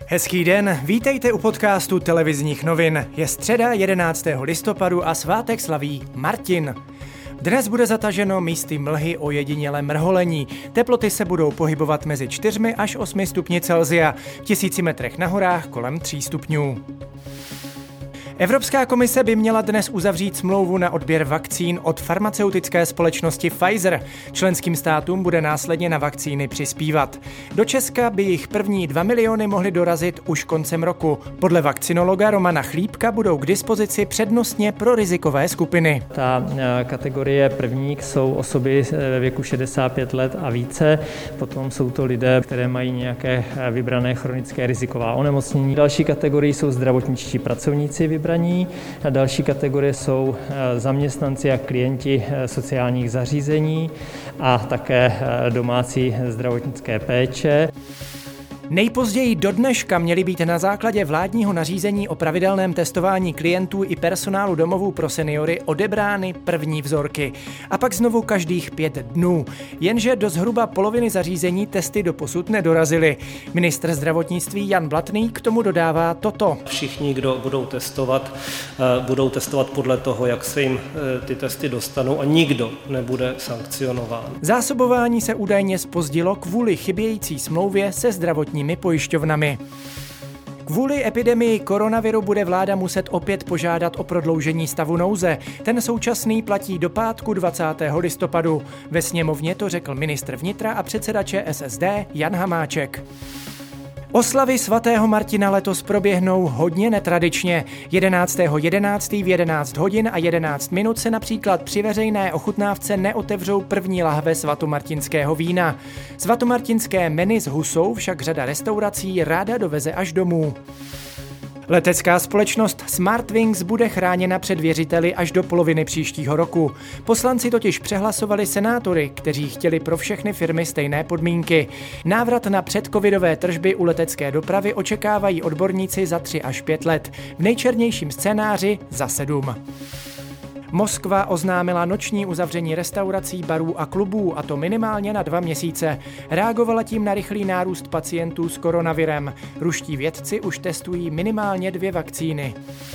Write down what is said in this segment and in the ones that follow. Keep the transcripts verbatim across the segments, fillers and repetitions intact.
Hezký den, vítejte u podcastu televizních novin. Je středa jedenáctého listopadu a svátek slaví Martin. Dnes bude zataženo místy mlhy ojedinělé mrholení. Teploty se budou pohybovat mezi čtyřmi až osmi stupni Celsia, v tisíci metrech na horách kolem tří stupňů. Evropská komise by měla dnes uzavřít smlouvu na odběr vakcín od farmaceutické společnosti Pfizer. Členským státům bude následně na vakcíny přispívat. Do Česka by jich první dva miliony mohly dorazit už koncem roku. Podle vakcinologa Romana Chlípka budou k dispozici přednostně pro rizikové skupiny. Ta kategorie první jsou osoby ve věku šedesát pět let a více. Potom jsou to lidé, které mají nějaké vybrané chronické riziková onemocnění. Další kategorie jsou zdravotničtí pracovníci vybraní. A další kategorie jsou zaměstnanci a klienti sociálních zařízení a také domácí zdravotnické péče. Nejpozději do dneška měly být na základě vládního nařízení o pravidelném testování klientů i personálu domovů pro seniory odebrány první vzorky. A pak znovu každých pět dnů. Jenže do zhruba poloviny zařízení testy doposud nedorazily. Ministr zdravotnictví Jan Blatný k tomu dodává toto. Všichni, kdo budou testovat, budou testovat podle toho, jak se jim ty testy dostanou a nikdo nebude sankcionován. Zásobování se údajně zpozdilo kvůli chybějící smlouvě se zdravotní pojišťovnami. Kvůli epidemii koronaviru bude vláda muset opět požádat o prodloužení stavu nouze. Ten současný platí do pátku dvacátého listopadu. Ve sněmovně to řekl ministr vnitra a předseda ČSSD Jan Hamáček. Oslavy svatého Martina letos proběhnou hodně netradičně. jedenáctého jedenáctého v jedenáct hodin a jedenáct minut se například při veřejné ochutnávce neotevřou první lahve svatomartinského vína. Svatomartinské menu s husou však řada restaurací ráda doveze až domů. Letecká společnost Smartwings bude chráněna před věřiteli až do poloviny příštího roku. Poslanci totiž přehlasovali senátory, kteří chtěli pro všechny firmy stejné podmínky. Návrat na předcovidové tržby u letecké dopravy očekávají odborníci za tři až pět let, v nejčernějším scénáři za sedm. Moskva oznámila noční uzavření restaurací, barů a klubů, a to minimálně na dva měsíce. Reagovala tím na rychlý nárůst pacientů s koronavirem. Ruští vědci už testují minimálně dvě vakcíny.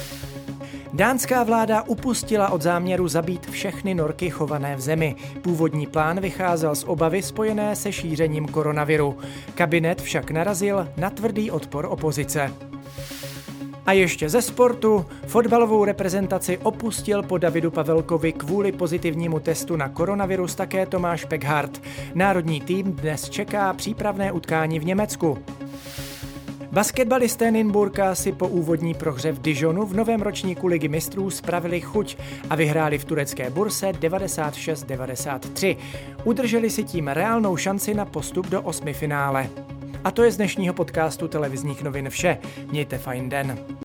Dánská vláda upustila od záměru zabít všechny norky chované v zemi. Původní plán vycházel z obavy spojené se šířením koronaviru. Kabinet však narazil na tvrdý odpor opozice. A ještě ze sportu. Fotbalovou reprezentaci opustil po Davidu Pavelkovi kvůli pozitivnímu testu na koronavirus také Tomáš Peckhardt. Národní tým dnes čeká přípravné utkání v Německu. Basketbalisté Nymburka si po úvodní prohře v Dijonu v novém ročníku Ligy mistrů spravili chuť a vyhráli v turecké burse devadesát šest devadesát tři. Udrželi si tím reálnou šanci na postup do osmifinále. A to je z dnešního podcastu televizních novin vše. Mějte fajn den.